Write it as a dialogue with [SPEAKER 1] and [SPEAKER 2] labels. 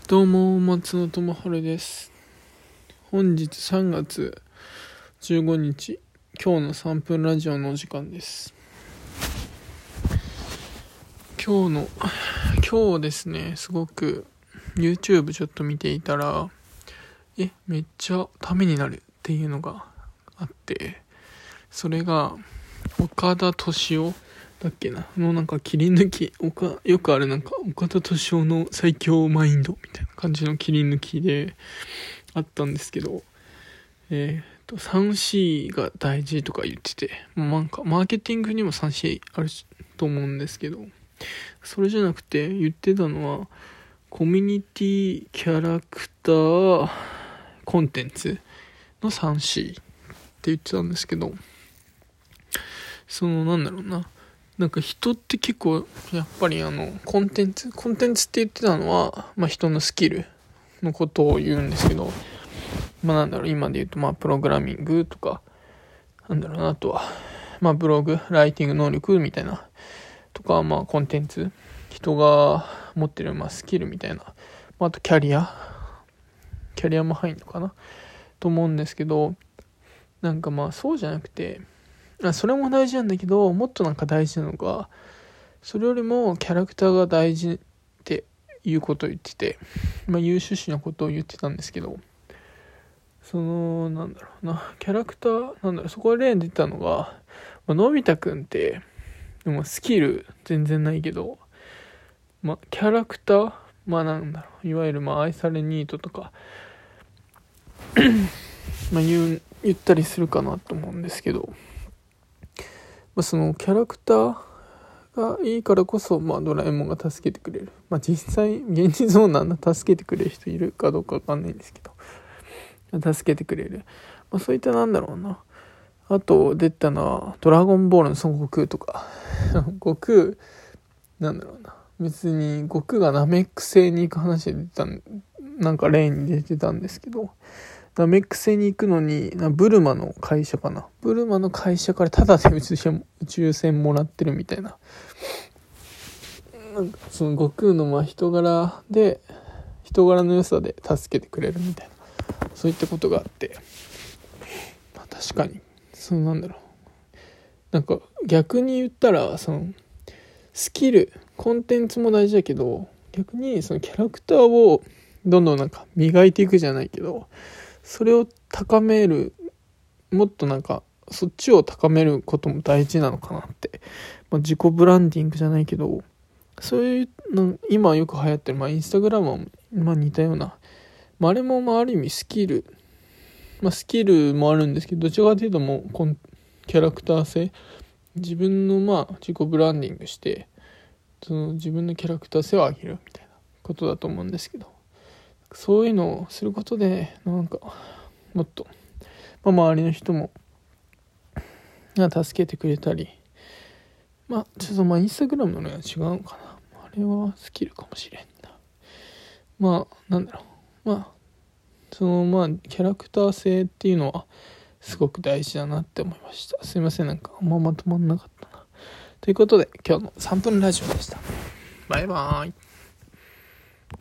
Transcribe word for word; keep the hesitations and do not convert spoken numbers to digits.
[SPEAKER 1] どうも、松野智春です。本日さんがつじゅうごにち、今日のさんぷんラジオのお時間です。今日の、今日ですね、すごく YouTube ちょっと見ていたら、え、めっちゃためになるっていうのがあって、それが、岡田敏夫だっけなのなんか切り抜きおかよくあるなんか岡田敏夫の最強マインドみたいな感じの切り抜きであったんですけど、えっと スリーシー が大事とか言ってて、なんかマーケティングにも スリーシー あると思うんですけど、それじゃなくて言ってたのはコミュニティ、キャラクター、コンテンツの スリーシー って言ってたんですけど、そのなんだろうななんか人って結構やっぱりあのコンテンツコンテンツって言ってたのは、まあ、人のスキルのことを言うんですけど、まあなんだろう今で言うとまあプログラミングとかなんだろうなあとはまあブログライティング能力みたいなとかまあコンテンツ人が持ってるまあスキルみたいな、まあ、あとキャリアキャリアも入るのかなと思うんですけど、なんかまあそうじゃなくてそれも大事なんだけど、もっとなんか大事なのが、それよりもキャラクターが大事っていうことを言ってて、まあ有趣旨なことを言ってたんですけど、そのなんだろうなキャラクターなんだろうそこで例に出たのが、まあのび太くんってでもスキル全然ないけど、まあキャラクターまあなんだろういわゆるまあ愛されニートとかまあ言う言ったりするかなと思うんですけど。まあ、そのキャラクターがいいからこそ、まあ、ドラえもんが助けてくれる。まあ、実際現実そうなんだ助けてくれる人いるかどうかわかんないんですけど、助けてくれる、まあ、そういったなんだろうなあと出たのはドラゴンボールの孫悟空とか悟空なんだろうな別に悟空がナメック星に行く話で出たなんか例に出てたんですけど、ナメック星に行くのにブルマの会社かなブルマの会社からタダで宇宙船もらってるみたいな、なんかその悟空のまあ人柄で人柄の良さで助けてくれるみたいなそういったことがあって、まあ、確かにそのなんだろうなんか逆に言ったらそのスキルコンテンツも大事だけど逆にそのキャラクターをどんどんなんか磨いていくじゃないけどそれを高めるもっとなんかそっちを高めることも大事なのかなって、まあ、自己ブランディングじゃないけどそういうの今よく流行ってる、まあ、インスタグラムも、まあ、似たような、まあ、あれもまあある意味スキル、まあ、スキルもあるんですけどどちらかというともうコンキャラクター性自分のまあ自己ブランディングしてその自分のキャラクター性を上げるみたいなことだと思うんですけど、そういうのをすることでなんかもっと、まあ、周りの人もが助けてくれたり、まあちょっとまあインスタグラムのね違うのかなあれはスキルかもしれんな。まあなんだろうまあそのまあキャラクター性っていうのはすごく大事だなって思いました。すいませんなんかあんままとまんなかったなということで今日のさんぷんラジオでした。バイバーイ。